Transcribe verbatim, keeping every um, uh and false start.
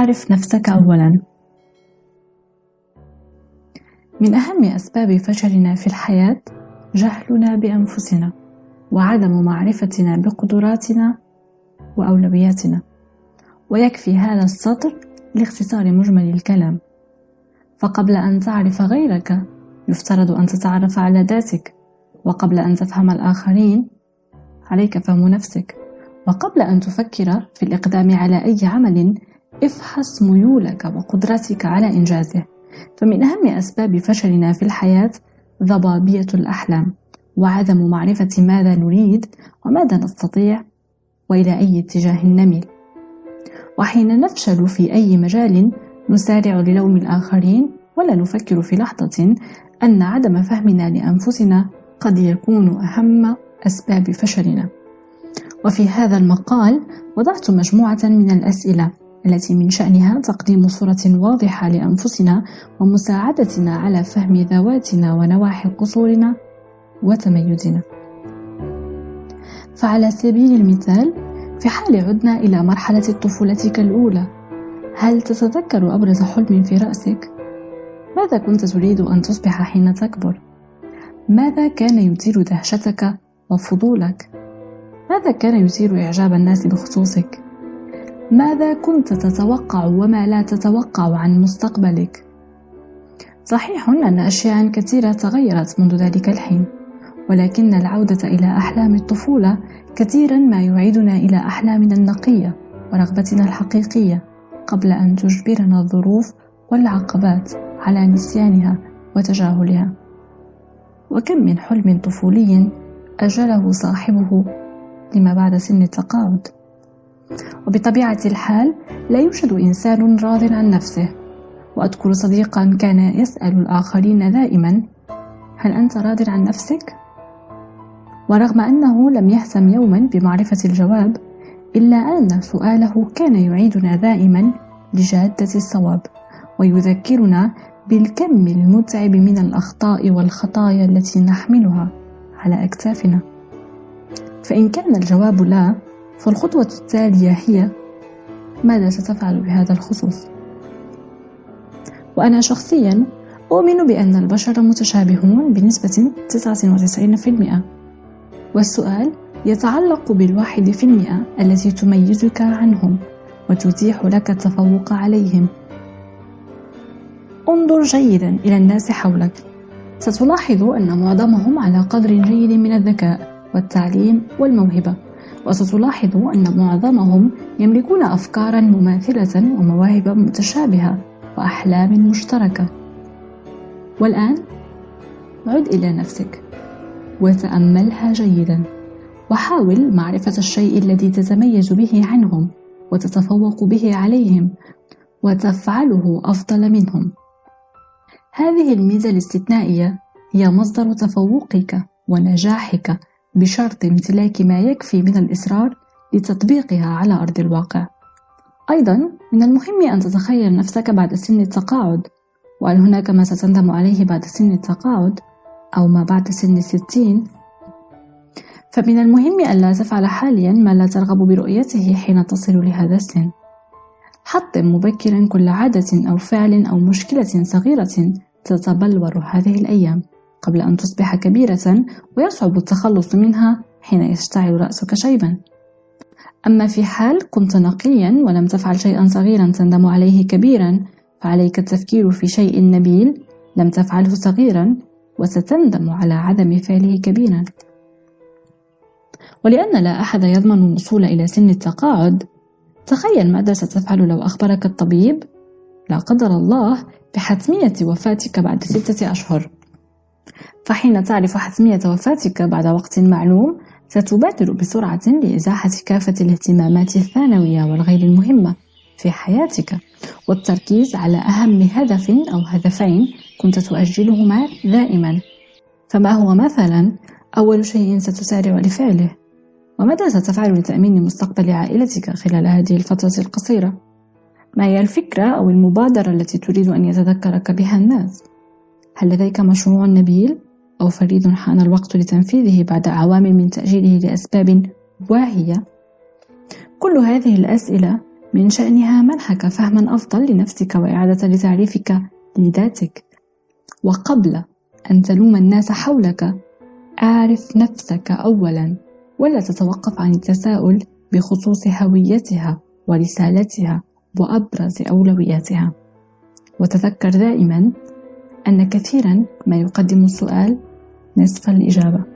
اعرف نفسك أولاً. من أهم أسباب فشلنا في الحياة جهلنا بأنفسنا وعدم معرفتنا بقدراتنا وأولوياتنا. ويكفي هذا السطر لاختصار مجمل الكلام. فقبل أن تعرف غيرك يفترض أن تتعرف على ذاتك، وقبل أن تفهم الآخرين عليك فهم نفسك، وقبل أن تفكر في الإقدام على أي عمل افحص ميولك وقدرتك على إنجازه. فمن أهم أسباب فشلنا في الحياة ضبابية الأحلام وعدم معرفة ماذا نريد وماذا نستطيع وإلى أي اتجاه نميل. وحين نفشل في أي مجال نسارع للوم الآخرين ولا نفكر في لحظة أن عدم فهمنا لأنفسنا قد يكون أهم أسباب فشلنا. وفي هذا المقال وضعت مجموعة من الأسئلة التي من شأنها تقديم صورة واضحة لأنفسنا ومساعدتنا على فهم ذواتنا ونواحي قصورنا وتميزنا. فعلى سبيل المثال، في حال عدنا إلى مرحلة طفولتك الأولى، هل تتذكر أبرز حلم في رأسك؟ ماذا كنت تريد أن تصبح حين تكبر؟ ماذا كان يثير دهشتك وفضولك؟ ماذا كان يثير إعجاب الناس بخصوصك؟ ماذا كنت تتوقع وما لا تتوقع عن مستقبلك؟ صحيح أن أشياء كثيرة تغيرت منذ ذلك الحين، ولكن العودة إلى أحلام الطفولة كثيرا ما يعيدنا إلى أحلامنا النقية ورغبتنا الحقيقية قبل أن تجبرنا الظروف والعقبات على نسيانها وتجاهلها. وكم من حلم طفولي أجله صاحبه لما بعد سن التقاعد. وبطبيعة الحال لا يوجد إنسان راض عن نفسه. وأذكر صديقا كان يسأل الآخرين دائما: هل أنت راض عن نفسك؟ ورغم أنه لم يهتم يوما بمعرفة الجواب، إلا أن سؤاله كان يعيدنا دائما لجادة الصواب ويذكرنا بالكم المتعب من الأخطاء والخطايا التي نحملها على أكتافنا. فإن كان الجواب لا، فالخطوة التالية هي: ماذا ستفعل بهذا الخصوص؟ وأنا شخصيا أؤمن بأن البشر متشابهون بنسبة تسعة وتسعين بالمئة، والسؤال يتعلق بالواحد في المئة التي تميزك عنهم وتتيح لك التفوق عليهم. انظر جيدا إلى الناس حولك، ستلاحظ أن معظمهم على قدر جيد من الذكاء والتعليم والموهبة، وستلاحظ أن معظمهم يملكون أفكارا مماثلة ومواهب متشابهة وأحلام مشتركة. والآن عد إلى نفسك وتأملها جيدا، وحاول معرفة الشيء الذي تتميز به عنهم وتتفوق به عليهم وتفعله أفضل منهم. هذه الميزة الاستثنائية هي مصدر تفوقك ونجاحك، بشرط امتلاك ما يكفي من الإصرار لتطبيقها على أرض الواقع. أيضا من المهم أن تتخيل نفسك بعد سن التقاعد، وهل هناك ما ستندم عليه بعد سن التقاعد أو ما بعد سن الستين؟ فمن المهم أن لا تفعل حاليا ما لا ترغب برؤيته حين تصل لهذا السن. حطم مبكرا كل عادة أو فعل أو مشكلة صغيرة تتبلور هذه الأيام قبل أن تصبح كبيرة ويصعب التخلص منها حين يشتعل رأسك شيبا. أما في حال كنت نقيا ولم تفعل شيئا صغيرا تندم عليه كبيرا، فعليك التفكير في شيء نبيل لم تفعله صغيرا وستندم على عدم فعله كبيرا. ولأن لا أحد يضمن الوصول إلى سن التقاعد، تخيل ماذا ستفعل لو أخبرك الطبيب لا قدر الله بحتمية وفاتك بعد ستة أشهر. فحين تعرف حتمية وفاتك بعد وقت معلوم، ستبادر بسرعة لإزاحة كافة الاهتمامات الثانوية والغير المهمة في حياتك، والتركيز على أهم هدف أو هدفين كنت تؤجلهما دائما. فما هو مثلا أول شيء ستسارع لفعله؟ وماذا ستفعل لتأمين مستقبل عائلتك خلال هذه الفترة القصيرة؟ ما هي الفكرة أو المبادرة التي تريد أن يتذكرك بها الناس؟ هل لديك مشروع نبيل أو فريد حان الوقت لتنفيذه بعد أعوام من تأجيله لأسباب واهية؟ كل هذه الأسئلة من شأنها منحك فهما أفضل لنفسك وإعادة لتعريفك لذاتك. وقبل أن تلوم الناس حولك، أعرف نفسك أولا، ولا تتوقف عن التساؤل بخصوص هويتها ورسالتها وأبرز أولوياتها. وتذكر دائما أن كثيرا ما يقدم السؤال نصف الإجابة.